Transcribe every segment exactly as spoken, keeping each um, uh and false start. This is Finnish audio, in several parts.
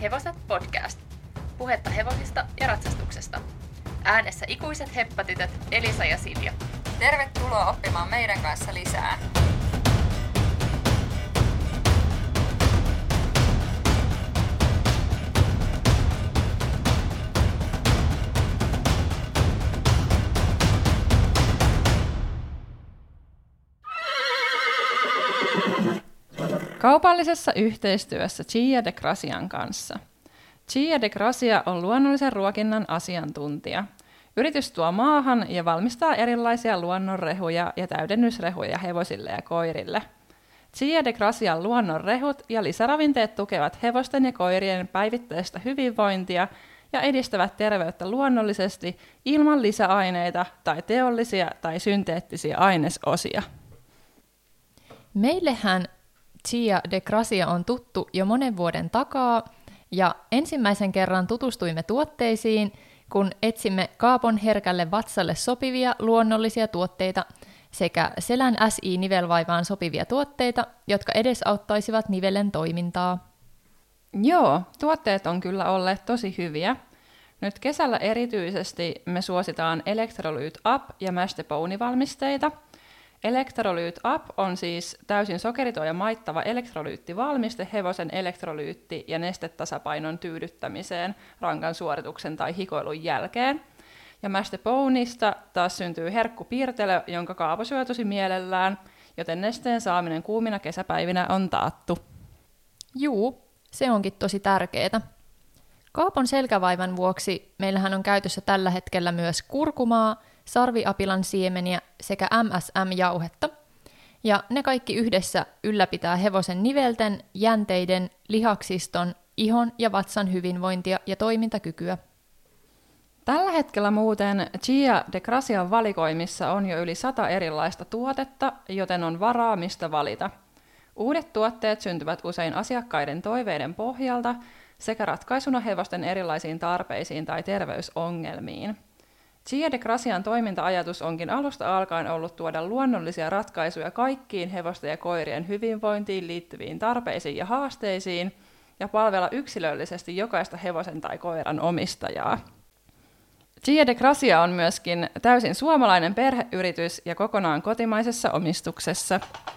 Hevoset podcast. Puhetta hevosista ja ratsastuksesta. Äänessä ikuiset heppatytöt Elisa ja Silja. Tervetuloa oppimaan meidän kanssa lisää. Kaupallisessa yhteistyössä Gia de Gracian kanssa. Gia de Gracia on luonnollisen ruokinnan asiantuntija. Yritys tuo maahan ja valmistaa erilaisia luonnonrehuja ja täydennysrehuja hevosille ja koirille. Gia de Gracian luonnonrehut ja lisäravinteet tukevat hevosten ja koirien päivittäistä hyvinvointia ja edistävät terveyttä luonnollisesti ilman lisäaineita tai teollisia tai synteettisiä ainesosia. Meillehän Gia de Gracia on tuttu jo monen vuoden takaa, ja ensimmäisen kerran tutustuimme tuotteisiin, kun etsimme kaapon herkälle vatsalle sopivia luonnollisia tuotteita sekä selän S I-nivelvaivaan sopivia tuotteita, jotka edesauttaisivat nivelen toimintaa. Joo, tuotteet on kyllä olleet tosi hyviä. Nyt kesällä erityisesti me suositaan Electrolyte Up ja Mash the Pony-valmisteita. Electrolyte Up on siis täysin sokeriton ja maittava elektrolyyttivalmiste hevosen elektrolyytti- ja nestetasapainon tyydyttämiseen rankan suorituksen tai hikoilun jälkeen. Ja Mash the Ponysta taas syntyy herkkupiirtelö, jonka Kaapo syö tosi mielellään, joten nesteen saaminen kuumina kesäpäivinä on taattu. Juu, se onkin tosi tärkeää. Kaapon selkävaivan vuoksi meillähän on käytössä tällä hetkellä myös kurkumaa, sarviapilan siemeniä sekä M S M-jauhetta, ja ne kaikki yhdessä ylläpitää hevosen nivelten, jänteiden, lihaksiston, ihon ja vatsan hyvinvointia ja toimintakykyä. Tällä hetkellä muuten Gia de Gracian valikoimissa on jo yli sata erilaista tuotetta, joten on varaa mistä valita. Uudet tuotteet syntyvät usein asiakkaiden toiveiden pohjalta sekä ratkaisuna hevosten erilaisiin tarpeisiin tai terveysongelmiin. Gia de Gracian toiminta-ajatus onkin alusta alkaen ollut tuoda luonnollisia ratkaisuja kaikkiin hevosten ja koirien hyvinvointiin liittyviin tarpeisiin ja haasteisiin ja palvella yksilöllisesti jokaista hevosen tai koiran omistajaa. Gia de Gracia on myöskin täysin suomalainen perheyritys ja kokonaan kotimaisessa omistuksessa.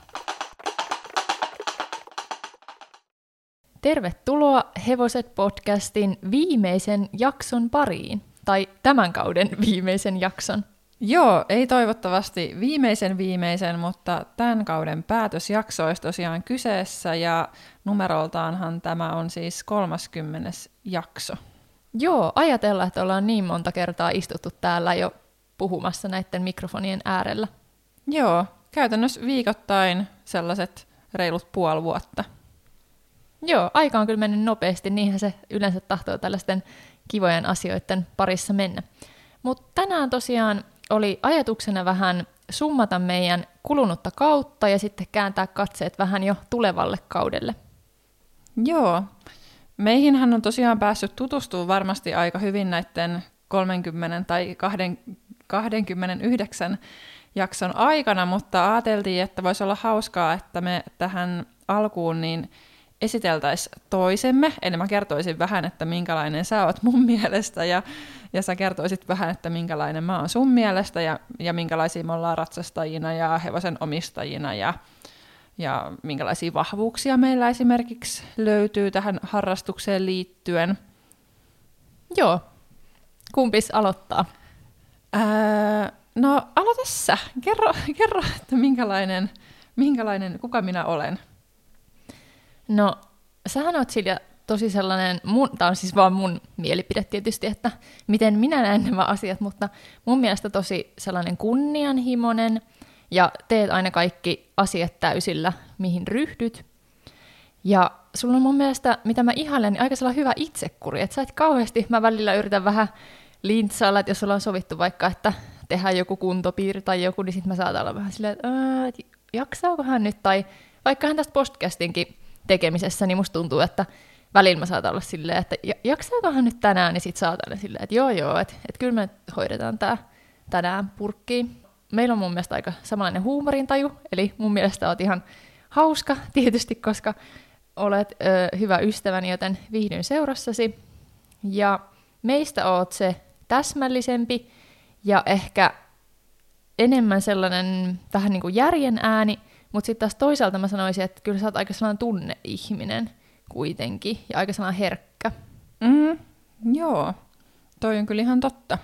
Tervetuloa Hevoset podcastin viimeisen jakson pariin. Tai tämän kauden viimeisen jakson. Joo, ei toivottavasti viimeisen viimeisen, mutta tämän kauden päätösjakso olisi tosiaan kyseessä, ja numeroltaanhan tämä on siis kolmaskymmenes jakso. Joo, ajatellaan, että ollaan niin monta kertaa istuttu täällä jo puhumassa näiden mikrofonien äärellä. Joo, käytännössä viikoittain sellaiset reilut puoli vuotta. Joo, aika on kyllä mennyt nopeasti, niinhän se yleensä tahtoo tällaisten kivojen asioiden parissa mennä. Mutta tänään tosiaan oli ajatuksena vähän summata meidän kulunutta kautta ja sitten kääntää katseet vähän jo tulevalle kaudelle. Joo, meihinhän on tosiaan päässyt tutustumaan varmasti aika hyvin näiden kolmekymmentä tai kaksikymmentäyhdeksän jakson aikana, mutta ajateltiin, että voisi olla hauskaa, että me tähän alkuun niin esiteltäisiin toisemme, eli mä kertoisin vähän, että minkälainen sä oot mun mielestä, ja, ja sä kertoisit vähän, että minkälainen mä oon sun mielestä, ja, ja minkälaisia me ollaan ratsastajina ja hevosen omistajina, ja, ja minkälaisia vahvuuksia meillä esimerkiksi löytyy tähän harrastukseen liittyen. Joo, kumpis aloittaa? Ää, no aloita sä, kerro, kerro että minkälainen, minkälainen, kuka minä olen. No, sähän oot Silja tosi sellainen, tämä on siis vaan mun mielipide tietysti, että miten minä näen nämä asiat, mutta mun mielestä tosi sellainen kunnianhimoinen ja teet aina kaikki asiat täysillä, mihin ryhdyt. Ja sulla on mun mielestä, mitä mä ihailen, niin aika sellainen hyvä itsekuri, että sä et kauheasti, mä välillä yritän vähän lintsailla, että jos ollaan sovittu vaikka, että tehdään joku kuntopiiri tai joku, niin sit mä saatan olla vähän silleen, että jaksaakohan nyt, tai vaikka tästä podcastinkin tekemisessä, niin musta tuntuu, että välillä mä saatan olla silleen, että jaksaakohan nyt tänään, niin sit saatan silleen, että joo joo, että, että kyllä me hoidetaan tää tänään purkkiin. Meillä on mun mielestä aika samanlainen huumorintaju, eli mun mielestä oot ihan hauska tietysti, koska olet ö, hyvä ystäväni, joten viihdyn seurassasi. Ja meistä oot se täsmällisempi ja ehkä enemmän sellainen vähän niin kuin järjen ääni, mutta sitten taas toisaalta mä sanoisin, että kyllä sä oot aika sellainen tunneihminen kuitenkin ja aika sellainen herkkä. Mm, joo, toi on kyllä ihan totta.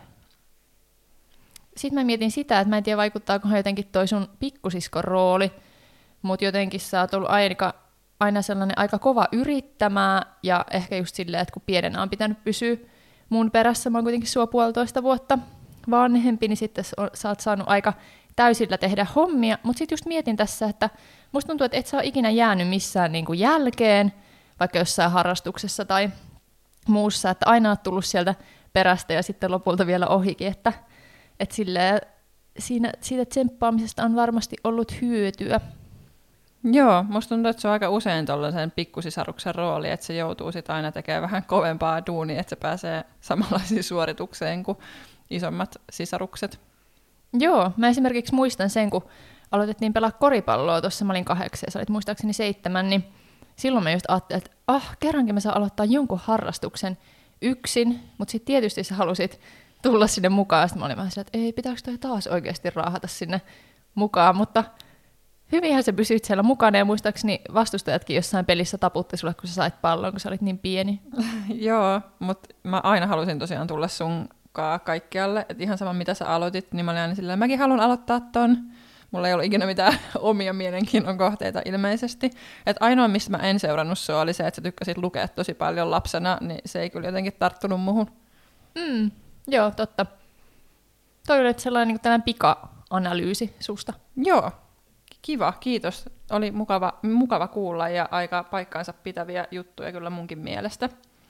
Sitten mä mietin sitä, että mä en tiedä vaikuttaakohan jotenkin toi sun pikkusiskon rooli, mutta jotenkin sä oot ollut aika, aina sellainen aika kova yrittämää ja ehkä just silleen, että kun pienenä on pitänyt pysyä mun perässä, mä oon kuitenkin sua puolitoista vuotta vanhempi, niin sitten sä oot saanut aika täysillä tehdä hommia, mutta sitten just mietin tässä, että musta tuntuu, että et sä ole ikinä jäänyt missään niin kuin jälkeen, vaikka jossain harrastuksessa tai muussa, että aina oot tullut sieltä perästä ja sitten lopulta vielä ohikin, että, että silleen, siinä, siitä tsemppaamisesta on varmasti ollut hyötyä. Joo, musta tuntuu, että se on aika usein tollaisen pikkusisaruksen rooli, että se joutuu sit aina tekemään vähän kovempaa duunia, että se pääsee samanlaisiin suoritukseen kuin isommat sisarukset. Joo, mä esimerkiksi muistan sen, kun aloitettiin pelaa koripalloa, tuossa mä olin kahdeksan ja sä olit muistaakseni seitsemän, niin silloin mä just ajattelin, että ah, kerrankin mä saan aloittaa jonkun harrastuksen yksin, mutta sitten tietysti sä halusit tulla sinne mukaan, ja sitten mä olin vähän sillä, että ei, pitääkö toi taas oikeasti raahata sinne mukaan, mutta hyvinhän sä pysyit siellä mukana, ja muistaakseni vastustajatkin jossain pelissä taputti sulle, kun sä sait pallon, kun sä olit niin pieni. Joo, mutta mä aina halusin tosiaan tulla sun kaikkialle, että ihan sama mitä sä aloitit, niin mä olin aina silleen, mäkin haluan aloittaa ton. Mulla ei ollut ikinä mitään omia mielenkiinnon kohteita ilmeisesti. Että ainoa, mistä mä en seurannut sua, oli se, että sä tykkäsit lukea tosi paljon lapsena, niin se ei kyllä jotenkin tarttunut muhun. Mm, joo, totta. Toi oli sellainen niin tällainen pika-analyysi susta. Joo, kiva, kiitos. Oli mukava, mukava kuulla ja aika paikkaansa pitäviä juttuja kyllä munkin mielestä.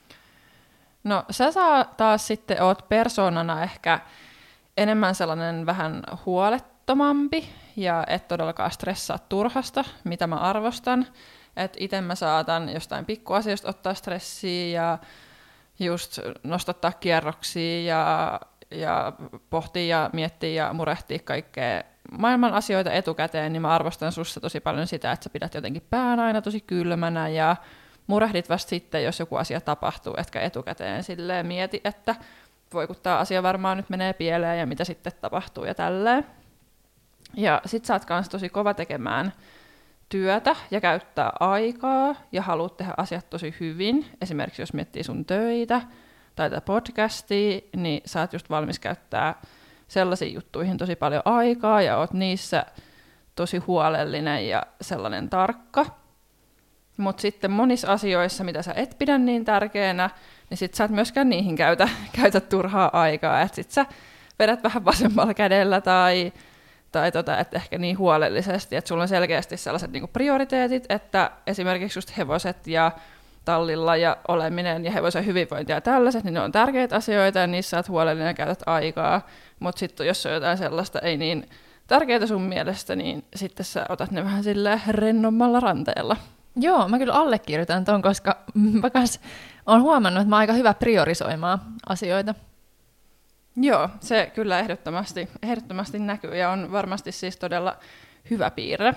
No sä saa taas sitten oot persoonana ehkä enemmän sellainen vähän huolettomampi ja et todellakaan stressaa turhasta, mitä mä arvostan. Että itse mä saatan jostain pikkuasioista ottaa stressiä ja just nostattaa kierroksia ja, ja pohtia ja miettiä ja murehtia kaikkea maailman asioita etukäteen, niin mä arvostan sussa tosi paljon sitä, että sä pidät jotenkin pään aina tosi kylmänä ja murehdit vasta sitten, jos joku asia tapahtuu, etkä etukäteen silleen mieti, että voi kun tää asia varmaan nyt menee pieleen ja mitä sitten tapahtuu ja tälleen. Ja sit sä oot kans tosi kova tekemään työtä ja käyttää aikaa ja haluat tehdä asiat tosi hyvin. Esimerkiksi jos miettii sun töitä tai tätä podcastia, niin sä oot just valmis käyttää sellaisiin juttuihin tosi paljon aikaa ja oot niissä tosi huolellinen ja sellainen tarkka. Mutta sitten monissa asioissa, mitä sä et pidä niin tärkeänä, niin sit sä et myöskään niihin käytä, käytä turhaa aikaa. Että sit sä vedät vähän vasemmalla kädellä tai, tai tota, et ehkä niin huolellisesti, että sulla on selkeästi sellaiset niinku prioriteetit, että esimerkiksi just hevoset ja tallilla ja oleminen ja hevosen hyvinvointi ja tällaiset, niin ne on tärkeitä asioita ja niissä sä oot huolellinen ja käytät aikaa. Mutta sitten jos on jotain sellaista ei niin tärkeää sun mielestä, niin sitten sä otat ne vähän silleen rennommalla ranteella. Joo, mä kyllä allekirjoitan ton, koska mä kans oon huomannut, että mä oon aika hyvä priorisoimaan asioita. Joo, se kyllä ehdottomasti, ehdottomasti näkyy ja on varmasti siis todella hyvä piirre.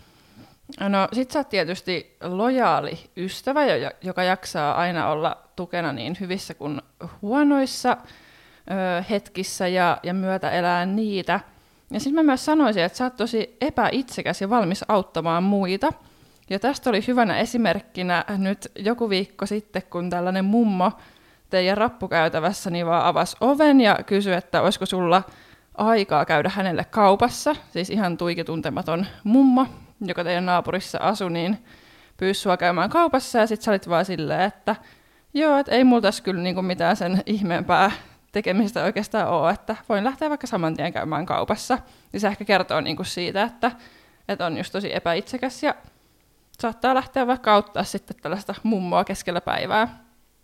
No sit sä oot tietysti lojaali ystävä, joka jaksaa aina olla tukena niin hyvissä kuin huonoissa ö, hetkissä ja, ja myötä elää niitä. Ja sitten mä myös sanoisin, että sä oot tosi epäitsekäs ja valmis auttamaan muita. Ja tästä oli hyvänä esimerkkinä nyt joku viikko sitten, kun tällainen mummo teidän rappukäytävässä niin vaan avasi oven ja kysyi, että olisiko sulla aikaa käydä hänelle kaupassa. Siis ihan tuikituntematon mummo, joka teidän naapurissa asui, niin pyysi sua käymään kaupassa. Ja sitten sä olit vaan silleen, että joo, että ei mulla tässä kyllä niinku mitään sen ihmeempää tekemistä oikeastaan ole, että voin lähteä vaikka saman tien käymään kaupassa. Ja se ehkä kertoo niinku siitä, että, että on just tosi epäitsekäs ja saattaa lähteä vaikka auttaa sitten tällaista mummoa keskellä päivää.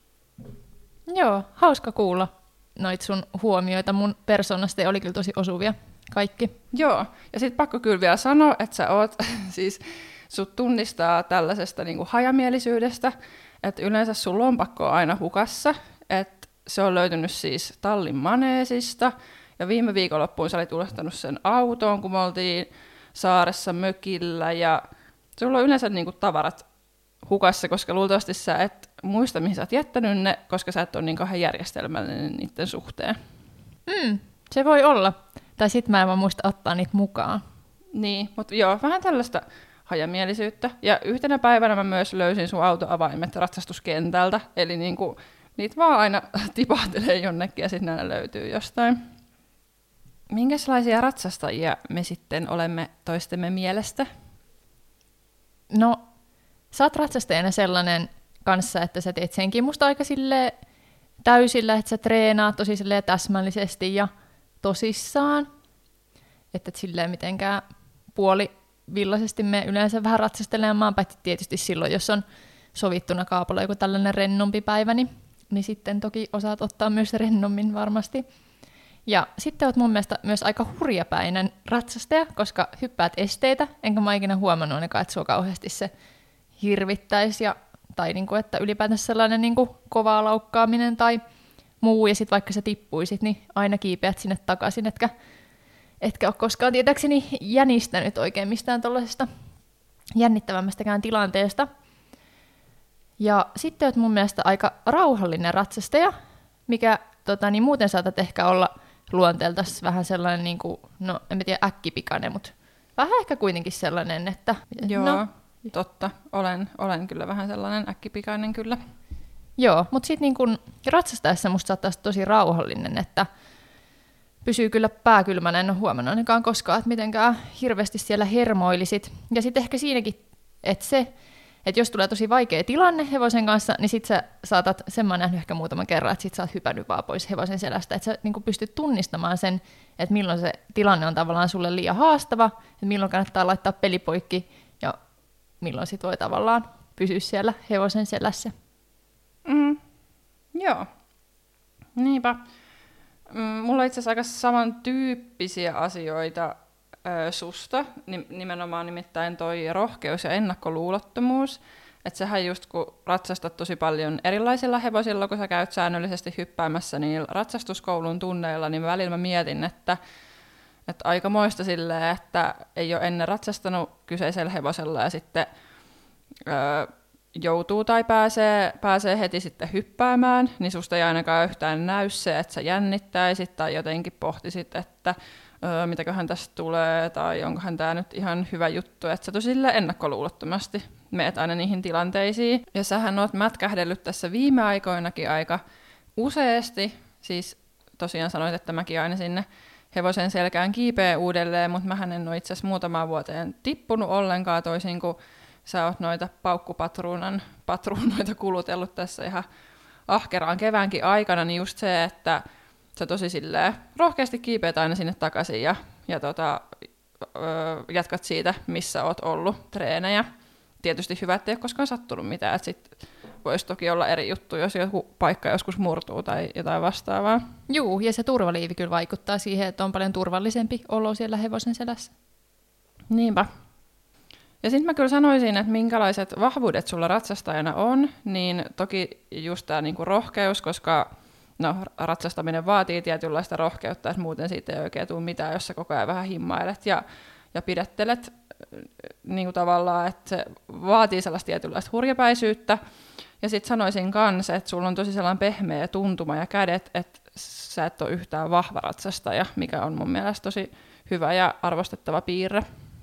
Joo, hauska kuulla noit sun huomioita mun persoonasta ja oli kyllä tosi osuvia kaikki. Joo, ja sitten pakko kyllä vielä sanoa, että sä oot, siis sut tunnistaa tällaisesta niinku hajamielisyydestä, että yleensä sun lompakko on aina hukassa, että se on löytynyt siis tallin maneesista, ja viime viikonloppuun sä olit unohtanut sen autoon, kun me oltiin saaressa mökillä, ja sulla on yleensä niinku tavarat hukassa, koska luultavasti sä et muista, mihin sä oot jättänyt ne, koska sä et ole niin kauhean järjestelmällinen niiden suhteen. Mm, se voi olla. Tai sit mä en vaan muista ottaa niitä mukaan. Niin, mutta joo, vähän tällaista hajamielisyyttä. Ja yhtenä päivänä mä myös löysin sun autoavaimet ratsastuskentältä, eli niinku, niitä vaan aina tipahtelee jonnekin ja sitten nämä löytyy jostain. Minkälaisia ratsastajia me sitten olemme toistemme mielestä? No, sä oot ratsastajana sellainen kanssa, että sä teet senkin musta aika silleen täysillä, että sä treenaat tosi silleen täsmällisesti ja tosissaan. Että et silleen mitenkään puolivillaisesti me yleensä vähän ratsastelemaan, paitsi tietysti silloin, jos on sovittuna kaapalla joku tällainen rennompi päivä, niin, niin sitten toki osaat ottaa myös rennommin varmasti. Ja sitten oot mun mielestä myös aika hurjapäinen ratsastaja, koska hyppäät esteitä, enkä mä ikinä huomannut ainakaan, että sua kauheasti se hirvittäisi, ja, tai niinku, että ylipäätänsä sellainen niinku kovaa laukkaaminen tai muu, ja sitten vaikka sä tippuisit, niin aina kiipeät sinne takaisin, etkä, etkä ole koskaan tietääkseni jänistänyt oikein mistään tuollaisesta jännittävämmästäkään tilanteesta. Ja sitten oot mun mielestä aika rauhallinen ratsastaja, mikä tota, niin muuten saatat ehkä olla luonteeltaan vähän sellainen, niin kuin, no en tiedä äkkipikainen, mutta vähän ehkä kuitenkin sellainen, että... Joo, no, totta. Olen, olen kyllä vähän sellainen äkkipikainen kyllä. Joo, mutta sitten niin ratsastaessa musta saattaa olla tosi rauhallinen, että pysyy kyllä pääkylmänä, en ole huomannut ainakaan koskaan, että mitenkään hirveästi siellä hermoilisit. Ja sitten ehkä siinäkin, että se, että jos tulee tosi vaikea tilanne hevosen kanssa, niin sit sä saatat, sen mä oon nähnyt ehkä muutaman kerran, että sit sä oot hypännyt vaan pois hevosen selästä, että sä niin pystyt tunnistamaan sen, että milloin se tilanne on tavallaan sulle liian haastava, että milloin kannattaa laittaa peli poikki ja milloin sit voi tavallaan pysyä siellä hevosen selässä. Mm. Joo. Niinpä. Mm, mulla on itse asiassa aika samantyyppisiä asioita ö, susta, nimenomaan nimittäin toi rohkeus ja ennakkoluulottomuus. Että sehän just kun ratsastat tosi paljon erilaisilla hevosilla, kun sä käyt säännöllisesti hyppäämässä niillä ratsastuskoulun tunneilla, niin välillä mä mietin, että, että aikamoista silleen, että ei ole ennen ratsastanut kyseisellä hevosella ja sitten ö, joutuu tai pääsee, pääsee heti sitten hyppäämään, niin susta ei ainakaan yhtään näy se, että sä jännittäisit tai jotenkin pohtisit, että öö, mitäköhän tästä tulee tai onkohan tämä nyt ihan hyvä juttu, että sä tosi ennakkoluulottomasti meet aina niihin tilanteisiin. Ja sähän oot mätkähdellyt tässä viime aikoinakin aika useasti, siis tosiaan sanoit, että mäkin aina sinne hevosen selkään kiipeä uudelleen, mutta mähän en ole itse asiassa muutamaan vuoteen tippunut ollenkaan toisin kuin sä oot noita paukkupatruunan patruunoita kulutellut tässä ihan ahkeraan keväänkin aikana, niin just se, että sä tosi silleen rohkeasti kiipeät aina sinne takaisin ja, ja tota, öö, jatkat siitä, missä oot ollut treenejä. Tietysti hyvä, ettei ole koskaan sattunut mitään, että sit voisi toki olla eri juttu, jos joku paikka joskus murtuu tai jotain vastaavaa. Juu, ja se turvaliivi kyllä vaikuttaa siihen, että on paljon turvallisempi olo siellä hevosen selässä. Niinpä. Ja sitten mä kyllä sanoisin, että minkälaiset vahvuudet sulla ratsastajana on, niin toki just tämä niinku rohkeus, koska no, ratsastaminen vaatii tietynlaista rohkeutta, että muuten siitä ei oikein tule mitään, jos sä koko ajan vähän himmailet ja, ja pidättelet niinku tavallaan, että se vaatii sellaista tietynlaista hurjapäisyyttä. Ja sitten sanoisin kanssa, että sulla on tosi sellainen pehmeä tuntuma ja kädet, että sä et ole yhtään vahva ratsastaja, mikä on mun mielestä tosi hyvä ja arvostettava piirre.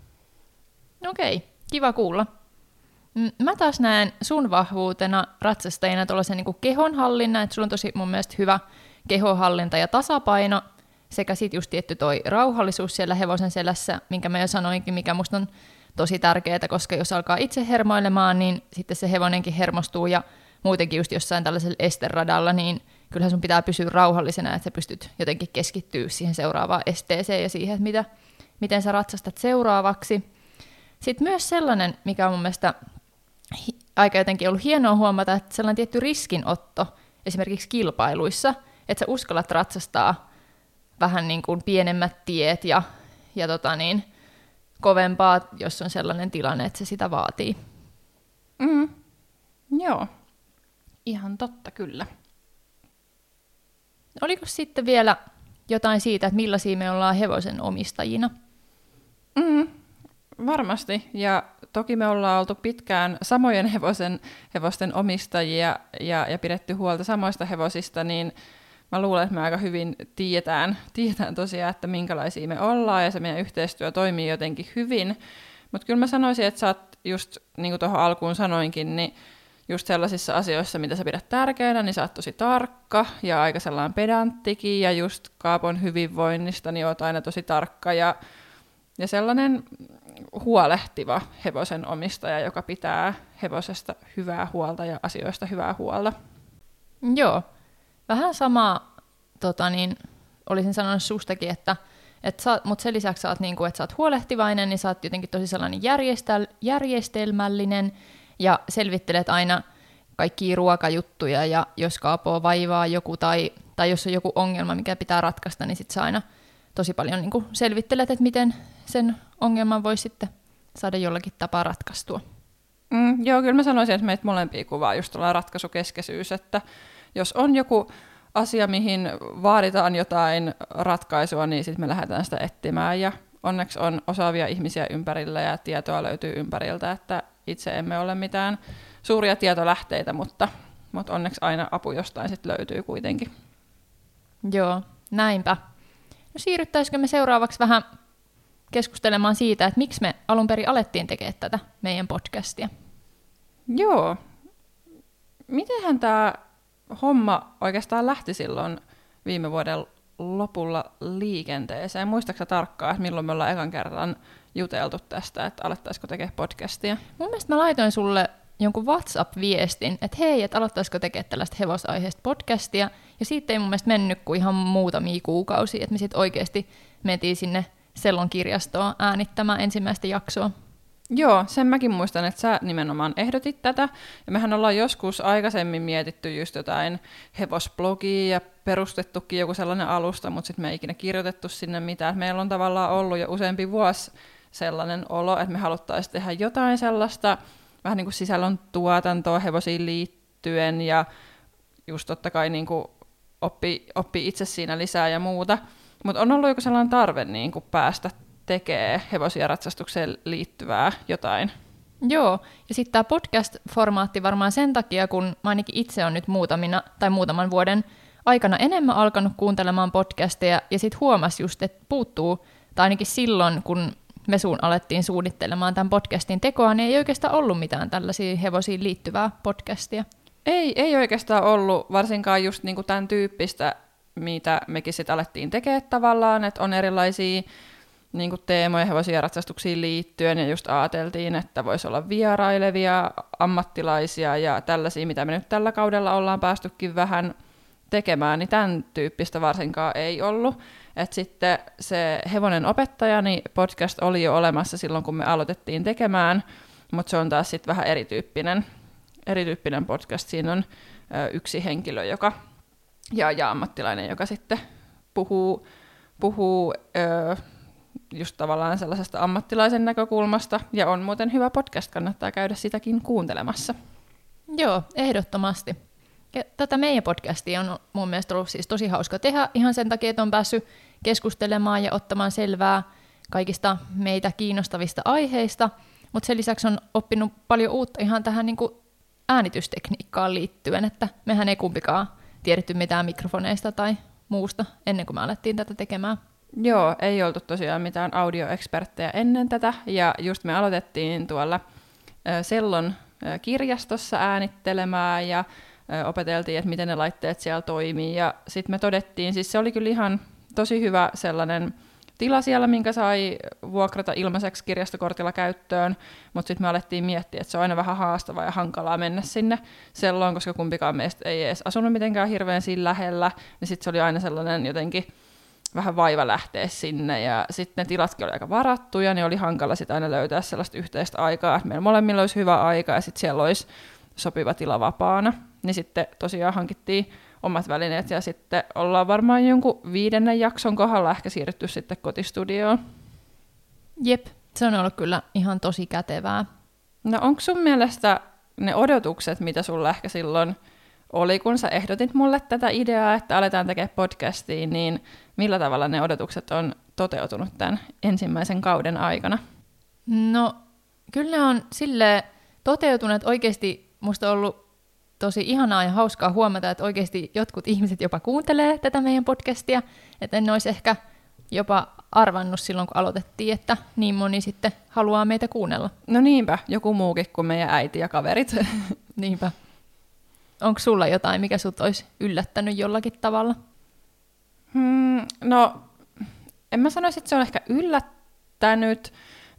Okei, kiva kuulla. Mä taas näen sun vahvuutena ratsastajana tuollaisen niin kuin kehonhallinnan, että sulla on tosi mun mielestä hyvä kehonhallinta ja tasapaino, sekä sitten just tietty toi rauhallisuus siellä hevosen selässä, minkä mä jo sanoinkin, mikä musta on tosi tärkeää, koska jos alkaa itse hermoilemaan, niin sitten se hevonenkin hermostuu, ja muutenkin just jossain tällaisella esteradalla, niin kyllähän sun pitää pysyä rauhallisena, että sä pystyt jotenkin keskittyä siihen seuraavaan esteeseen ja siihen, että mitä, miten sä ratsastat seuraavaksi. Sitten myös sellainen, mikä on mun mielestä hi- aika jotenkin ollut hienoa huomata, että sellainen tietty riskinotto esimerkiksi kilpailuissa, että sä uskallat ratsastaa vähän niin kuin pienemmät tiet ja, ja tota niin, kovempaa, jos on sellainen tilanne, että se sitä vaatii. Mm. Joo, ihan totta kyllä. Oliko sitten vielä jotain siitä, että millaisia me ollaan hevosen omistajina? Mm. Varmasti, ja toki me ollaan oltu pitkään samojen hevosen, hevosten omistajia ja, ja pidetty huolta samoista hevosista, niin mä luulen, että me aika hyvin tiedetään, tiedetään tosiaan, että minkälaisia me ollaan, ja se meidän yhteistyö toimii jotenkin hyvin. Mutta kyllä mä sanoisin, että sä oot just, niin kuin tuohon alkuun sanoinkin, niin just sellaisissa asioissa, mitä sä pidät tärkeänä, niin sä oot tosi tarkka ja aika sellainen pedanttikin, ja just Kaapon hyvinvoinnista, niin oot aina tosi tarkka ja, ja sellainen huolehtiva hevosen omistaja, joka pitää hevosesta hyvää huolta ja asioista hyvää huolta. Joo, vähän sama tota niin, olisin sanonut sustakin, että mutta sen lisäksi sä oot, niinku, että sä oot huolehtivainen, niin sä oot jotenkin tosi sellainen järjestel- järjestelmällinen ja selvittelet aina kaikkia ruokajuttuja, ja jos Kaapoa vaivaa joku tai, tai jos on joku ongelma, mikä pitää ratkaista, niin sit sä aina tosi paljon niinku selvittelet, että miten sen ongelman voi sitten saada jollakin tapaa ratkaistua. Mm, joo, kyllä mä sanoisin, että meitä molempia kuvaa just tuolla ratkaisukeskeisyys, että jos on joku asia, mihin vaaditaan jotain ratkaisua, niin sitten me lähdetään sitä etsimään, ja onneksi on osaavia ihmisiä ympärillä ja tietoa löytyy ympäriltä, että itse emme ole mitään suuria tietolähteitä, mutta, mutta onneksi aina apu jostain sitten löytyy kuitenkin. Joo, näinpä. No siirryttäisikö me seuraavaksi vähän keskustelemaan siitä, että miksi me alun perin alettiin tekemään tätä meidän podcastia? Joo. Mitenhän tämä homma oikeastaan lähti silloin viime vuoden lopulla liikenteeseen? Muistaaksä tarkkaan, että milloin me ollaan ekan kerran juteltu tästä, että alettaisiko tekemään podcastia? Mun mielestä mä laitoin sulle jonkun WhatsApp-viestin, että hei, että aloittaisiko tekemään tällaista hevosaiheesta podcastia, ja siitä ei mun mielestä mennyt kuin ihan muutamia kuukausia, että me sitten oikeasti mentiin sinne Sellon kirjastoon äänittämään ensimmäistä jaksoa. Joo, sen mäkin muistan, että sä nimenomaan ehdotit tätä, ja mehän ollaan joskus aikaisemmin mietitty just jotain hevosblogia ja perustettukin joku sellainen alusta, mutta sitten me ei ikinä kirjoitettu sinne mitään. Meillä on tavallaan ollut jo useampi vuosi sellainen olo, että me haluttaisiin tehdä jotain sellaista, vähän niin kuin sisällön tuotantoa hevosiin liittyen, ja just totta kai niin kuin oppi, oppi itse siinä lisää ja muuta. Mutta on ollut joku sellainen tarve niin kuin päästä tekee hevosia ratsastukseen liittyvää jotain. Joo, ja sitten tämä podcast-formaatti varmaan sen takia, kun mä ainakin itse on nyt muutamina tai muutaman vuoden aikana enemmän alkanut kuuntelemaan podcasteja, ja sitten huomasi just, että puuttuu, tai ainakin silloin, kun me suun alettiin suunnittelemaan tämän podcastin tekoa, niin ei oikeastaan ollut mitään tällaisia hevosiin liittyvää podcastia. Ei, ei oikeastaan ollut, varsinkaan just niinku tämän tyyppistä, mitä mekin sitten alettiin tekemään tavallaan, että on erilaisia niin kuin teemoja hevosia ratsastuksiin liittyen, ja just ajateltiin, että voisi olla vierailevia ammattilaisia ja tällaisia, mitä me nyt tällä kaudella ollaan päästykin vähän tekemään, niin tämän tyyppistä varsinkaan ei ollut. Et sitten se Hevonen opettaja, niin podcast oli jo olemassa silloin, kun me aloitettiin tekemään, mutta se on taas sitten vähän erityyppinen, erityyppinen podcast. Siinä on ö, yksi henkilö, joka, ja, ja ammattilainen, joka sitten puhuu, puhuu ö, just tavallaan sellaisesta ammattilaisen näkökulmasta, ja on muuten hyvä podcast, kannattaa käydä sitäkin kuuntelemassa. Joo, ehdottomasti. Ja tätä meidän podcastia on mun mielestä ollut siis tosi hauska tehdä ihan sen takia, että on päässyt keskustelemaan ja ottamaan selvää kaikista meitä kiinnostavista aiheista, mutta sen lisäksi on oppinut paljon uutta ihan tähän niin kuin äänitystekniikkaan liittyen, että mehän ei kumpikaan tiedetty mitään mikrofoneista tai muusta ennen kuin me alettiin tätä tekemään. Joo, ei oltu tosiaan mitään audioeksperttejä ennen tätä, ja just me aloitettiin tuolla Sellon kirjastossa äänittelemään, ja opeteltiin, että miten ne laitteet siellä toimii, ja sitten me todettiin, siis se oli kyllä ihan tosi hyvä sellainen tila siellä, minkä sai vuokrata ilmaiseksi kirjastokortilla käyttöön, mutta sitten me alettiin miettiä, että se on aina vähän haastavaa ja hankalaa mennä sinne Selloon, koska kumpikaan meistä ei edes asunut mitenkään hirveän siinä lähellä, niin sitten se oli aina sellainen jotenkin vähän vaiva lähteä sinne, ja sitten ne tilatkin oli aika varattuja, niin oli hankala sitten aina löytää sellaista yhteistä aikaa, että meillä molemmilla olisi hyvä aika, ja sitten siellä olisi sopiva tila vapaana. Niin sitten tosiaan hankittiin omat välineet, ja sitten ollaan varmaan jonkun viidennen jakson kohdalla ehkä siirrytty sitten kotistudioon. Jep, se on ollut kyllä ihan tosi kätevää. No onko sun mielestä ne odotukset, mitä sulla ehkä silloin oli, kun sä ehdotit mulle tätä ideaa, että aletaan tekemään podcastia, niin millä tavalla ne odotukset on toteutunut tämän ensimmäisen kauden aikana? No, kyllä ne on silleen toteutuneet oikeasti. Musta on ollut tosi ihanaa ja hauskaa huomata, että oikeasti jotkut ihmiset jopa kuuntelee tätä meidän podcastia. Että en olisi ehkä jopa arvannut silloin, kun aloitettiin, että niin moni sitten haluaa meitä kuunnella. No niinpä, joku muukin kuin meidän äiti ja kaverit. Niinpä. Onko sulla jotain, mikä sut olisi yllättänyt jollakin tavalla? Hmm, no, en mä sanoisi, että se on ehkä yllättänyt,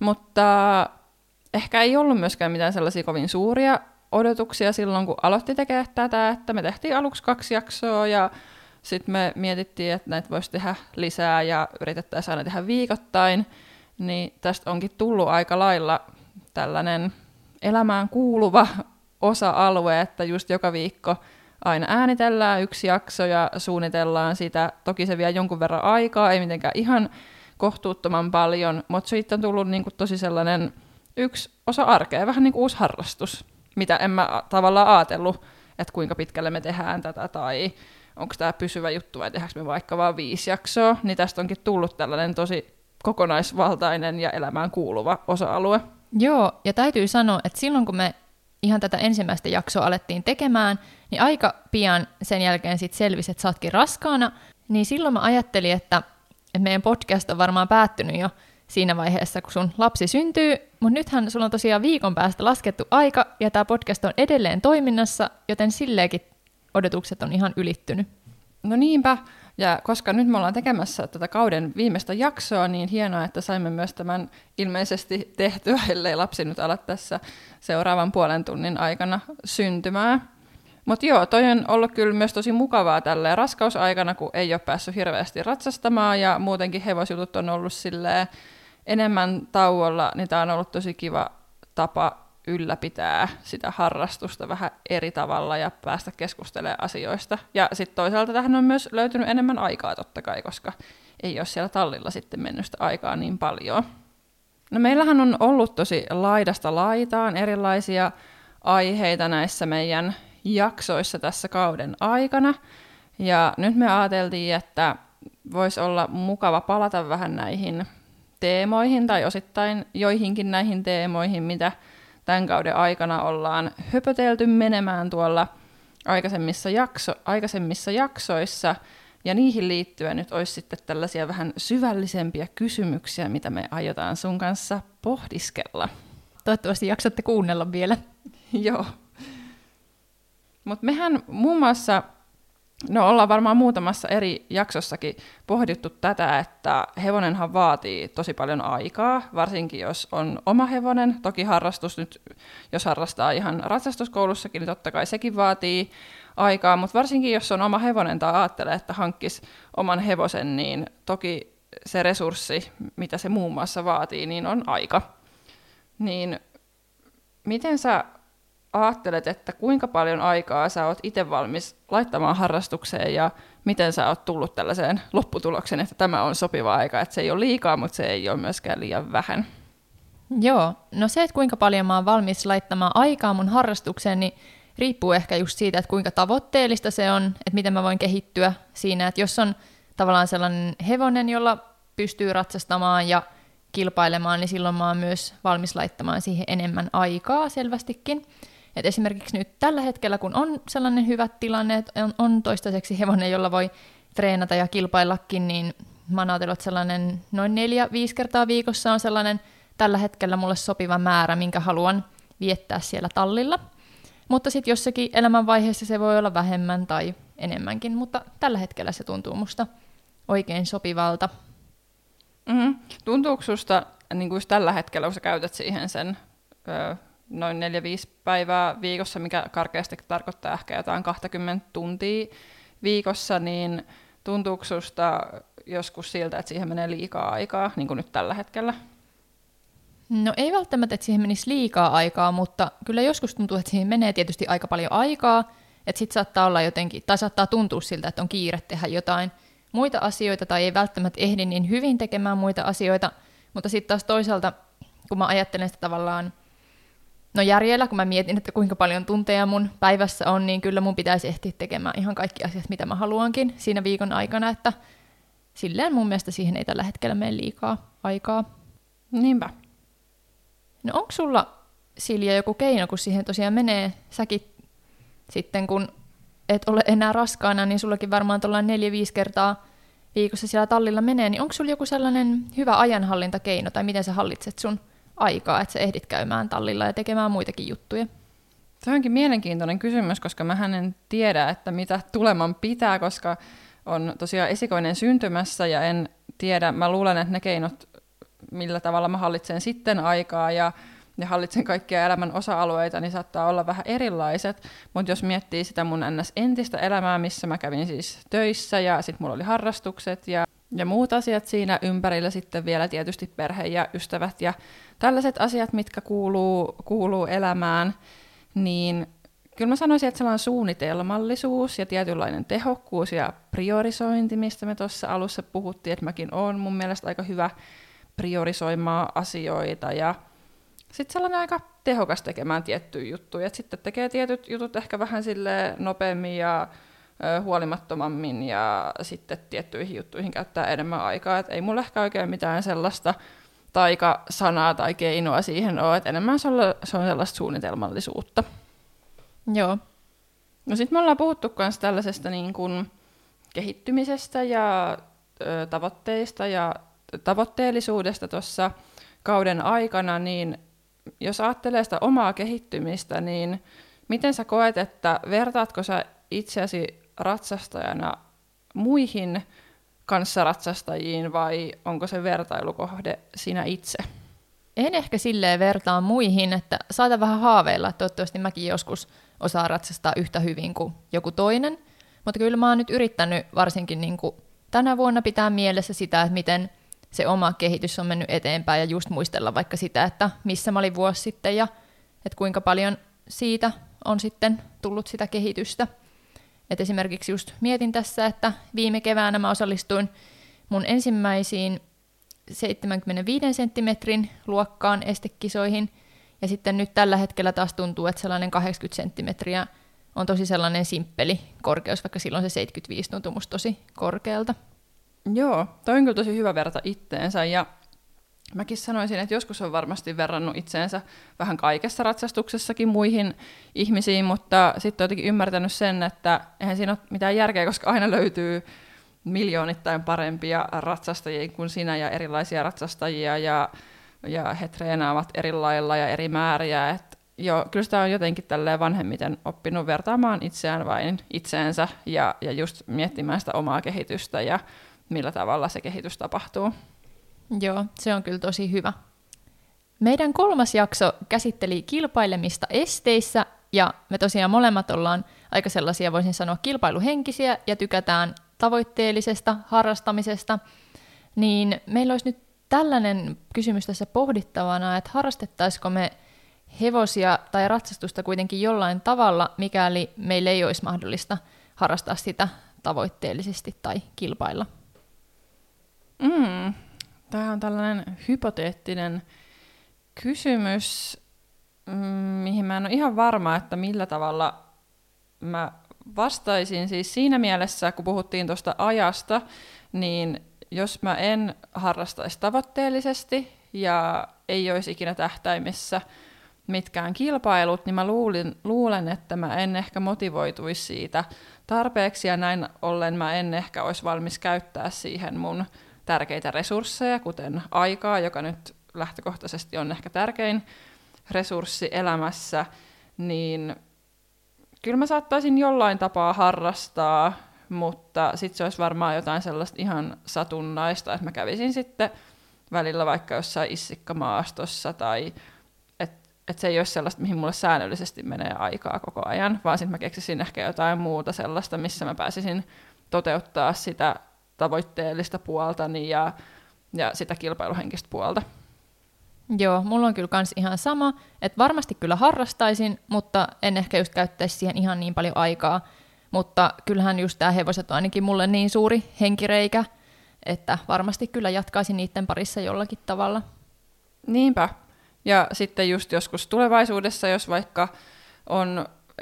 mutta ehkä ei ollut myöskään mitään sellaisia kovin suuria odotuksia silloin, kun aloitti tekemään tätä, että me tehtiin aluksi kaksi jaksoa ja sitten me mietittiin, että näitä voisi tehdä lisää ja yritettäisiin aina tehdä viikoittain, niin tästä onkin tullut aika lailla tällainen elämään kuuluva osa-alue, että just joka viikko aina äänitellään yksi jakso ja suunnitellaan sitä. Toki se vie jonkun verran aikaa, ei mitenkään ihan kohtuuttoman paljon, mutta siitä on tullut niinku tosi sellainen yksi osa arkea, vähän niin kuin uusi harrastus, mitä en mä tavallaan ajatellut, että kuinka pitkälle me tehdään tätä tai onko tämä pysyvä juttu vai tehdäänkö me vaikka vaan viisi jaksoa, niin tästä onkin tullut tällainen tosi kokonaisvaltainen ja elämään kuuluva osa-alue. Joo, ja täytyy sanoa, että silloin kun me ihan tätä ensimmäistä jaksoa alettiin tekemään, niin aika pian sen jälkeen sitten selvisi, että sä ootkin raskaana, niin silloin mä ajattelin, että, että meidän podcast on varmaan päättynyt jo siinä vaiheessa, kun sun lapsi syntyy, mutta nythän sulla on tosiaan viikon päästä laskettu aika, ja tämä podcast on edelleen toiminnassa, joten silleenkin odotukset on ihan ylittynyt. No niinpä, ja koska nyt me ollaan tekemässä tätä kauden viimeistä jaksoa, niin hienoa, että saimme myös tämän ilmeisesti tehtyä, ellei lapsi nyt ala tässä seuraavan puolen tunnin aikana syntymään. Mutta joo, toi on ollut kyllä myös tosi mukavaa tälleen raskausaikana, kun ei ole päässyt hirveästi ratsastamaan, ja muutenkin hevosjutut on ollut silleen enemmän tauolla, niin tämä on ollut tosi kiva tapa ylläpitää sitä harrastusta vähän eri tavalla ja päästä keskustelemaan asioista. Ja sitten toisaalta tähän on myös löytynyt enemmän aikaa totta kai, koska ei ole siellä tallilla sitten mennyt sitä aikaa niin paljon. No meillähän on ollut tosi laidasta laitaan erilaisia aiheita näissä meidän jaksoissa tässä kauden aikana. Ja nyt me ajateltiin, että voisi olla mukava palata vähän näihin teemoihin tai osittain joihinkin näihin teemoihin, mitä tämän kauden aikana ollaan höpötelty menemään tuolla aikaisemmissa, jakso, aikaisemmissa jaksoissa, ja niihin liittyen nyt olisi sitten tällaisia vähän syvällisempiä kysymyksiä, mitä me aiotaan sun kanssa pohdiskella. Toivottavasti jaksatte kuunnella vielä. Joo. Mutta mehän muun muassa, no ollaan varmaan muutamassa eri jaksossakin pohdittu tätä, että hevonenhan vaatii tosi paljon aikaa, varsinkin jos on oma hevonen. Toki harrastus nyt, jos harrastaa ihan ratsastuskoulussakin, niin totta kai sekin vaatii aikaa, mutta varsinkin jos on oma hevonen tai ajattelee, että hankkisi oman hevosen, niin toki se resurssi, mitä se muun muassa vaatii, niin on aika. Niin miten sä ajattelet, että kuinka paljon aikaa sä oot itse valmis laittamaan harrastukseen ja miten sä oot tullut tällaiseen lopputulokseen, että tämä on sopiva aika, että se ei ole liikaa, mutta se ei ole myöskään liian vähän? Joo, no se, että kuinka paljon mä oon valmis laittamaan aikaa mun harrastukseen, niin riippuu ehkä just siitä, että kuinka tavoitteellista se on, että miten mä voin kehittyä siinä, että jos on tavallaan sellainen hevonen, jolla pystyy ratsastamaan ja kilpailemaan, niin silloin mä oon myös valmis laittamaan siihen enemmän aikaa selvästikin. Et esimerkiksi nyt tällä hetkellä, kun on sellainen hyvä tilanne, että on, on toistaiseksi hevonen, jolla voi treenata ja kilpaillakin, niin mä oon ajatellut, että sellainen noin neljä, viisi kertaa viikossa on sellainen tällä hetkellä mulle sopiva määrä, minkä haluan viettää siellä tallilla. Mutta sitten jossakin elämänvaiheessa se voi olla vähemmän tai enemmänkin, mutta tällä hetkellä se tuntuu musta oikein sopivalta. Mm-hmm. Tuntuuko susta niin kuin just tällä hetkellä, kun sä käytät siihen sen ö, noin neljä viisi päivää viikossa, mikä karkeasti tarkoittaa ehkä jotain kaksikymmentä tuntia viikossa, niin tuntuuko susta joskus siltä, että siihen menee liikaa aikaa, niin kuin nyt tällä hetkellä? No ei välttämättä, että siihen menisi liikaa aikaa, mutta kyllä joskus tuntuu, että siihen menee tietysti aika paljon aikaa, että sitten saattaa olla jotenkin, tai saattaa tuntua siltä, että on kiire tehdä jotain muita asioita, tai ei välttämättä ehdi niin hyvin tekemään muita asioita, mutta sitten taas toisaalta, kun mä ajattelen sitä tavallaan, no järjellä, kun mä mietin, että kuinka paljon tunteja mun päivässä on, niin kyllä mun pitäisi ehtiä tekemään ihan kaikki asiat, mitä mä haluankin siinä viikon aikana, että silleen mun mielestä siihen ei tällä hetkellä mene liikaa aikaa. Niinpä. No onko sulla, Silja, joku keino, kun siihen tosiaan menee, säkin sitten kun et ole enää raskaana, niin sullakin varmaan tuollainen neljä viisi kertaa viikossa siellä tallilla menee, niin onko sulla joku sellainen hyvä ajanhallintakeino, tai miten sä hallitset sun aikaa, että sä ehdit käymään tallilla ja tekemään muitakin juttuja? Se onkin mielenkiintoinen kysymys, koska mä en tiedä, että mitä tuleman pitää, koska on tosiaan esikoinen syntymässä ja en tiedä, mä luulen, että ne keinot, millä tavalla mä hallitsen sitten aikaa ja, ja hallitsen kaikkia elämän osa-alueita, niin saattaa olla vähän erilaiset, mutta jos miettii sitä mun ns. Entistä elämää, missä mä kävin siis töissä ja sitten mulla oli harrastukset ja, ja muut asiat siinä ympärillä, sitten vielä tietysti perhe ja ystävät ja tällaiset asiat, mitkä kuuluu, kuuluu elämään, niin kyllä mä sanoisin, että sellainen suunnitelmallisuus ja tietynlainen tehokkuus ja priorisointi, mistä me tuossa alussa puhuttiin, että mäkin olen mun mielestä aika hyvä priorisoimaan asioita ja sitten sellainen aika tehokas tekemään tiettyjä juttuja, että sitten tekee tietyt jutut ehkä vähän sille nopeammin ja ö, huolimattomammin ja sitten tiettyihin juttuihin käyttää enemmän aikaa, että ei mulla ehkä oikein mitään sellaista taikasanaa tai keinoa siihen ole, että enemmän se on, se on sellaista suunnitelmallisuutta. Joo. No sitten me ollaan puhuttu myös tällaisesta niin kuin kehittymisestä ja ö, tavoitteista ja tavoitteellisuudesta tuossa kauden aikana, niin jos ajattelee sitä omaa kehittymistä, niin miten sä koet, että vertaatko sä itseäsi ratsastajana muihin kanssaratsastajiin vai onko se vertailukohde sinä itse? En ehkä silleen vertaa muihin, että saatan vähän haaveilla, että toivottavasti mäkin joskus osaan ratsastaa yhtä hyvin kuin joku toinen, mutta kyllä mä oon nyt yrittänyt varsinkin niin kuin tänä vuonna pitää mielessä sitä, että miten se oma kehitys on mennyt eteenpäin ja just muistella vaikka sitä, että missä mä olin vuosi sitten ja että kuinka paljon siitä on sitten tullut sitä kehitystä. Et esimerkiksi just mietin tässä, että viime keväänä mä osallistuin mun ensimmäisiin seitsemänkymmentäviisi senttimetrin luokkaan estekisoihin, ja sitten nyt tällä hetkellä taas tuntuu, että sellainen kahdeksankymmentä senttimetriä on tosi sellainen simppeli korkeus, vaikka silloin se seitsemänkymmentäviisi tuntuu musta tosi korkealta. Joo, toi on kyllä tosi hyvä verta itteensä, ja mäkin sanoisin, että joskus on varmasti verrannut itseensä vähän kaikessa ratsastuksessakin muihin ihmisiin, mutta sitten on jotenkin ymmärtänyt sen, että eihän siinä ole mitään järkeä, koska aina löytyy miljoonittain parempia ratsastajia kuin sinä ja erilaisia ratsastajia, ja, ja he treenaavat eri lailla ja eri määriä. Et jo, kyllä sitä on jotenkin tälleen vanhemmiten oppinut vertaamaan itseään vain itseensä ja, ja just miettimään sitä omaa kehitystä ja millä tavalla se kehitys tapahtuu. Joo, se on kyllä tosi hyvä. Meidän kolmas jakso käsitteli kilpailemista esteissä, ja me tosiaan molemmat ollaan aika sellaisia, voisin sanoa, kilpailuhenkisiä ja tykätään tavoitteellisesta harrastamisesta, niin meillä olisi nyt tällainen kysymys tässä pohdittavana, että harrastettaisiko me hevosia tai ratsastusta kuitenkin jollain tavalla, mikäli meillä ei olisi mahdollista harrastaa sitä tavoitteellisesti tai kilpailla. Mm. Tämä on tällainen hypoteettinen kysymys, mihin mä en ole ihan varma, että millä tavalla mä vastaisin. Siis siinä mielessä, kun puhuttiin tuosta ajasta, niin jos mä en harrastaisi tavoitteellisesti ja ei olisi ikinä tähtäimissä mitkään kilpailut, niin mä luulin, luulen, että mä en ehkä motivoituisi siitä tarpeeksi ja näin ollen mä en ehkä olisi valmis käyttää siihen mun tärkeitä resursseja, kuten aikaa, joka nyt lähtökohtaisesti on ehkä tärkein resurssi elämässä, niin kyllä mä saattaisin jollain tapaa harrastaa, mutta sitten se olisi varmaan jotain sellaista ihan satunnaista, että mä kävisin sitten välillä vaikka jossain issikkamaastossa, tai että et se ei olisi sellaista, mihin mulle säännöllisesti menee aikaa koko ajan, vaan sitten mä keksisin ehkä jotain muuta sellaista, missä mä pääsisin toteuttaa sitä tavoitteellista puoltani ja, ja sitä kilpailuhenkistä puolta. Joo, mulla on kyllä kans ihan sama, että varmasti kyllä harrastaisin, mutta en ehkä just käyttäisi siihen ihan niin paljon aikaa. Mutta kyllähän just tää hevoset on ainakin mulle niin suuri henkireikä, että varmasti kyllä jatkaisin niiden parissa jollakin tavalla. Niinpä. Ja sitten just joskus tulevaisuudessa, jos vaikka on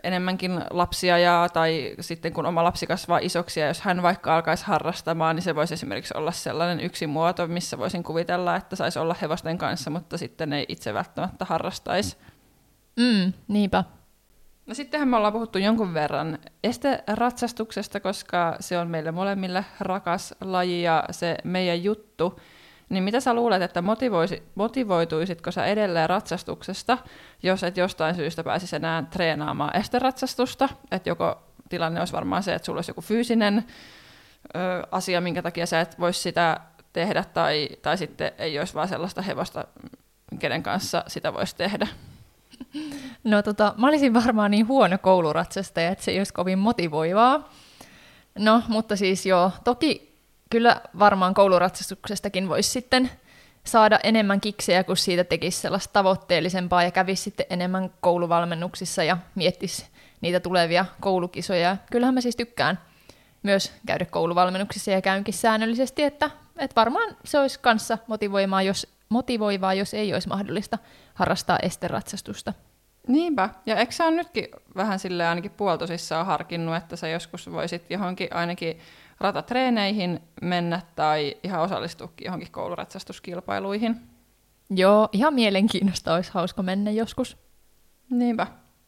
enemmänkin lapsia ja, tai sitten kun oma lapsi kasvaa isoksi ja jos hän vaikka alkaisi harrastamaan, niin se voisi esimerkiksi olla sellainen yksi muoto, missä voisin kuvitella, että saisi olla hevosten kanssa, mutta sitten ei itse välttämättä harrastaisi. Mm, niinpä. No sittenhän me ollaan puhuttu jonkun verran esteratsastuksesta, koska se on meille molemmille rakas laji ja se meidän juttu. Niin mitä sä luulet, että motivoituisitko sä edelleen ratsastuksesta, jos et jostain syystä pääsisi enää treenaamaan esteratsastusta? Että joko tilanne olisi varmaan se, että sulla olisi joku fyysinen ö, asia, minkä takia sä et voisi sitä tehdä, tai, tai sitten ei olisi vaan sellaista hevosta, kenen kanssa sitä voisi tehdä. No tota, mä olisin varmaan niin huono kouluratsastaja, että se ei olisi kovin motivoivaa. No, mutta siis joo, toki kyllä varmaan kouluratsastuksestakin voisi sitten saada enemmän kiksejä, kun siitä tekisi sellaista tavoitteellisempaa ja kävisi sitten enemmän kouluvalmennuksissa ja miettisi niitä tulevia koulukisoja. Kyllähän mä siis tykkään myös käydä kouluvalmennuksissa ja käynkin säännöllisesti, että, että varmaan se olisi kanssa motivoivaa, jos, motivoivaa, jos ei olisi mahdollista harrastaa esteratsastusta. Niinpä, ja eikö sä nytkin vähän silleen ainakin puoltosissaan harkinnut, että sä joskus voisit johonkin ainakin ratatreeneihin mennä tai ihan osallistuakin johonkin kouluratsastuskilpailuihin? Joo, ihan mielenkiinnosta olisi hauska mennä joskus. Niinpä.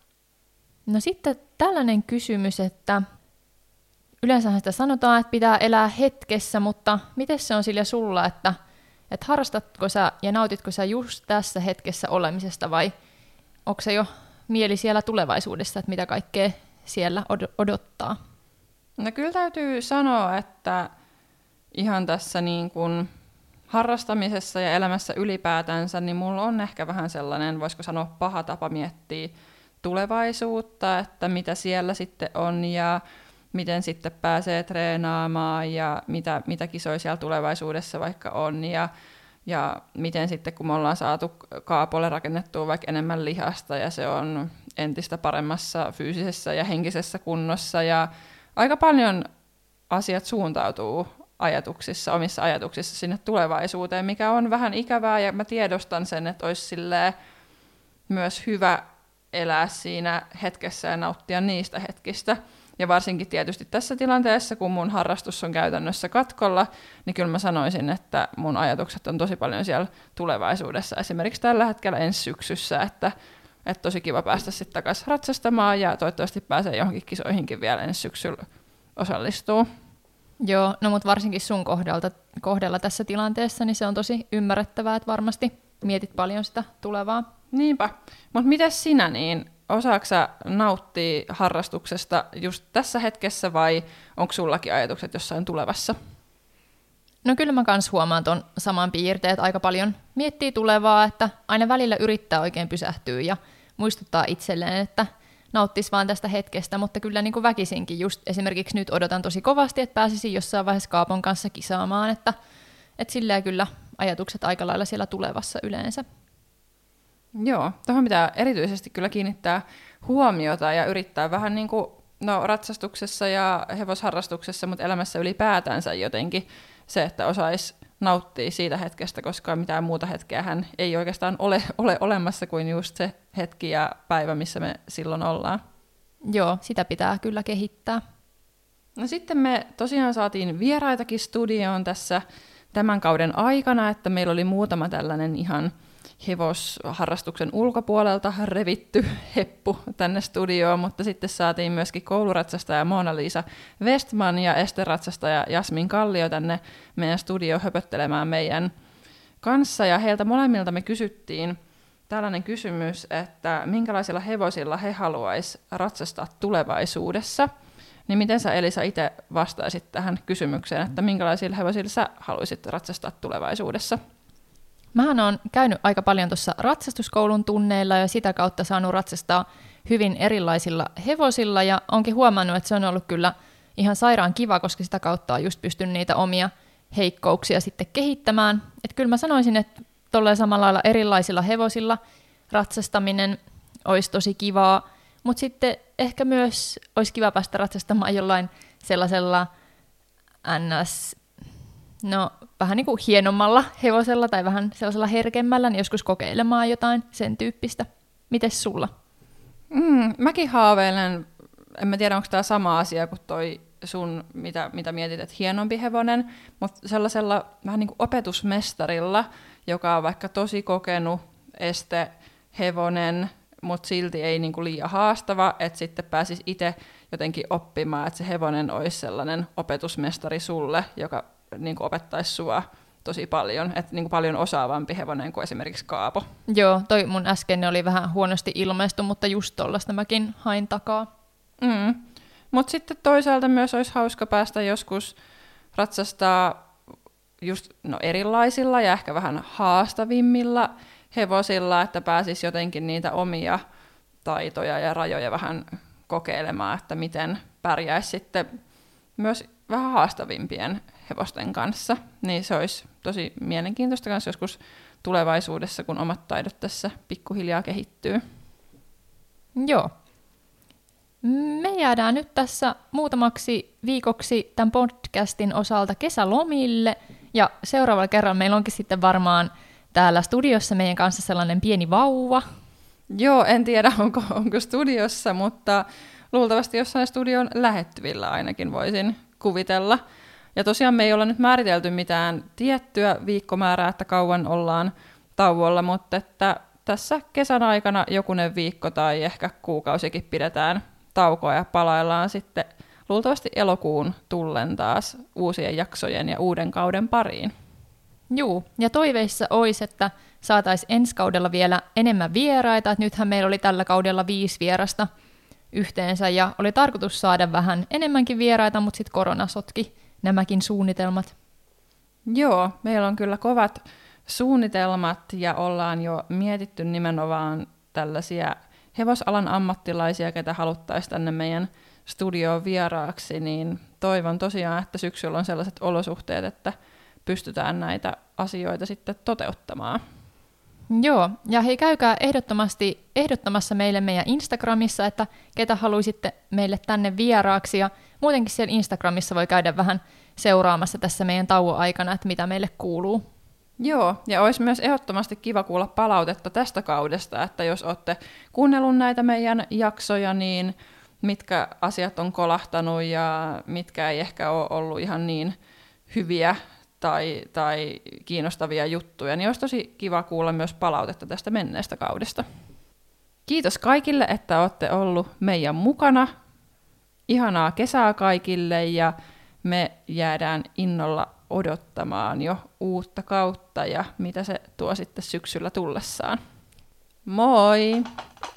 No sitten tällainen kysymys, että yleensähän sitä sanotaan, että pitää elää hetkessä, mutta miten se on sillä sulla, että, että harrastatko sä ja nautitko sä just tässä hetkessä olemisesta vai onko se jo mieli siellä tulevaisuudessa, että mitä kaikkea siellä odottaa? No kyllä täytyy sanoa, että ihan tässä niin kuin harrastamisessa ja elämässä ylipäätänsä, niin mulla on ehkä vähän sellainen, voisiko sanoa, paha tapa miettiä tulevaisuutta, että mitä siellä sitten on ja miten sitten pääsee treenaamaan ja mitä, mitä kisoja siellä tulevaisuudessa vaikka on ja, ja miten sitten kun me ollaan saatu Kaapolle rakennettua vaikka enemmän lihasta ja se on entistä paremmassa fyysisessä ja henkisessä kunnossa ja aika paljon asiat suuntautuu ajatuksissa, omissa ajatuksissa sinne tulevaisuuteen, mikä on vähän ikävää ja mä tiedostan sen, että olisi silleen myös hyvä elää siinä hetkessä ja nauttia niistä hetkistä. Ja varsinkin tietysti tässä tilanteessa, kun mun harrastus on käytännössä katkolla, niin kyllä mä sanoisin, että mun ajatukset on tosi paljon siellä tulevaisuudessa. Esimerkiksi tällä hetkellä ensi syksyssä, että, että tosi kiva päästä sitten takaisin ratsastamaan ja toivottavasti pääsee johonkin kisoihinkin vielä ensi syksyllä osallistuu. Joo, no mutta varsinkin sun kohdalta, kohdalla tässä tilanteessa, niin se on tosi ymmärrettävää, että varmasti mietit paljon sitä tulevaa. Niinpä, mutta miten sinä niin? Osaatko sä nauttia harrastuksesta just tässä hetkessä vai onko sullakin ajatukset jossain tulevassa? No kyllä mä kans huomaan ton saman piirteet aika paljon. Miettii tulevaa, että aina välillä yrittää oikein pysähtyä ja muistuttaa itselleen, että nauttis vaan tästä hetkestä, mutta kyllä niin kuin väkisinkin just esimerkiksi nyt odotan tosi kovasti, että pääsisin jossain vaiheessa Kaapon kanssa kisaamaan, että, että silleen kyllä ajatukset aika lailla siellä tulevassa yleensä. Joo, tuohon pitää erityisesti kyllä kiinnittää huomiota ja yrittää vähän niin kuin no, ratsastuksessa ja hevosharrastuksessa, mutta elämässä ylipäätänsä jotenkin se, että osaisi nauttia siitä hetkestä, koska mitään muuta hetkeähän ei oikeastaan ole, ole olemassa kuin just se hetki ja päivä, missä me silloin ollaan. Joo, sitä pitää kyllä kehittää. No sitten me tosiaan saatiin vieraitakin studioon tässä tämän kauden aikana, että meillä oli muutama tällainen ihan hevosharrastuksen ulkopuolelta revitty heppu tänne studioon, mutta sitten saatiin myöskin kouluratsastaja Mona-Liisa Westman ja esteratsastaja Jasmin Kallio tänne meidän studioon höpöttelemään meidän kanssa, ja heiltä molemmilta me kysyttiin tällainen kysymys, että minkälaisilla hevosilla he haluaisivat ratsastaa tulevaisuudessa. Niin miten sä, Elisa, itse vastaisit tähän kysymykseen, että minkälaisilla hevosilla sä haluaisit ratsastaa tulevaisuudessa? Mähän olen käynyt aika paljon tuossa ratsastuskoulun tunneilla ja sitä kautta saanut ratsastaa hyvin erilaisilla hevosilla ja onkin huomannut, että se on ollut kyllä ihan sairaan kiva, koska sitä kautta on just pystynyt niitä omia heikkouksia sitten kehittämään. Että kyllä mä sanoisin, että tolleen samalla lailla erilaisilla hevosilla ratsastaminen olisi tosi kivaa, mutta sitten ehkä myös olisi kiva päästä ratsastamaan jollain sellaisella ns. No vähän niin kuin hienommalla hevosella tai vähän sellaisella herkemmällä, niin joskus kokeilemaan jotain sen tyyppistä. Mites sulla? Mm, mäkin haaveilen, en mä tiedä onko tämä sama asia kuin toi sun, mitä, mitä mietit, että hienompi hevonen, mutta sellaisella vähän niin kuin opetusmestarilla, joka on vaikka tosi kokenut estehevonen, mutta silti ei niin kuin liian haastava, että sitten pääsisi itse jotenkin oppimaan, että se hevonen olisi sellainen opetusmestari sulle, joka niin kuin opettaisi sua tosi paljon, että niin kuin paljon osaavampi hevonen kuin esimerkiksi Kaapo. Joo, toi mun äsken oli vähän huonosti ilmaistu, mutta just tollaista mäkin hain takaa. Mm. Mutta sitten toisaalta myös olisi hauska päästä joskus ratsastaa just no, erilaisilla ja ehkä vähän haastavimmilla hevosilla, että pääsisi jotenkin niitä omia taitoja ja rajoja vähän kokeilemaan, että miten pärjäisi sitten myös vähän haastavimpien hevosten kanssa. Niin se olisi tosi mielenkiintoista kanssa joskus tulevaisuudessa, kun omat taidot tässä pikkuhiljaa kehittyy. Joo. Me jäädään nyt tässä muutamaksi viikoksi tämän podcastin osalta kesälomille, ja seuraavalla kerralla meillä onkin sitten varmaan täällä studiossa meidän kanssa sellainen pieni vauva. Joo, en tiedä onko, onko studiossa, mutta luultavasti jossain studion lähettyvillä ainakin voisin kuvitella. Ja tosiaan me ei olla nyt määritelty mitään tiettyä viikkomäärää, että kauan ollaan tauolla, mutta että tässä kesän aikana jokunen viikko tai ehkä kuukausikin pidetään taukoa ja palaillaan sitten luultavasti elokuun tullen taas uusien jaksojen ja uuden kauden pariin. Juu, ja toiveissa olisi, että saataisiin ensi kaudella vielä enemmän vieraita. Et nythän meillä oli tällä kaudella viisi vierasta yhteensä, ja oli tarkoitus saada vähän enemmänkin vieraita, mutta sitten korona sotki nämäkin suunnitelmat. Joo, meillä on kyllä kovat suunnitelmat, ja ollaan jo mietitty nimenomaan tällaisia hevosalan ammattilaisia, ketä haluttaisiin tänne meidän studioon vieraaksi, niin toivon tosiaan, että syksyllä on sellaiset olosuhteet, että pystytään näitä asioita sitten toteuttamaan. Joo, ja hei, käykää ehdottomasti ehdottamassa meille meidän Instagramissa, että ketä haluaisitte meille tänne vieraaksi, ja muutenkin siellä Instagramissa voi käydä vähän seuraamassa tässä meidän tauon aikana, että mitä meille kuuluu. Joo, ja olisi myös ehdottomasti kiva kuulla palautetta tästä kaudesta, että jos olette kuunnellut näitä meidän jaksoja, niin mitkä asiat on kolahtanut ja mitkä ei ehkä ole ollut ihan niin hyviä tai, tai kiinnostavia juttuja, niin olisi tosi kiva kuulla myös palautetta tästä menneestä kaudesta. Kiitos kaikille, että olette ollut meidän mukana. Ihanaa kesää kaikille, ja me jäädään innolla odottamaan jo uutta kautta ja mitä se tuo sitten syksyllä tullessaan. Moi!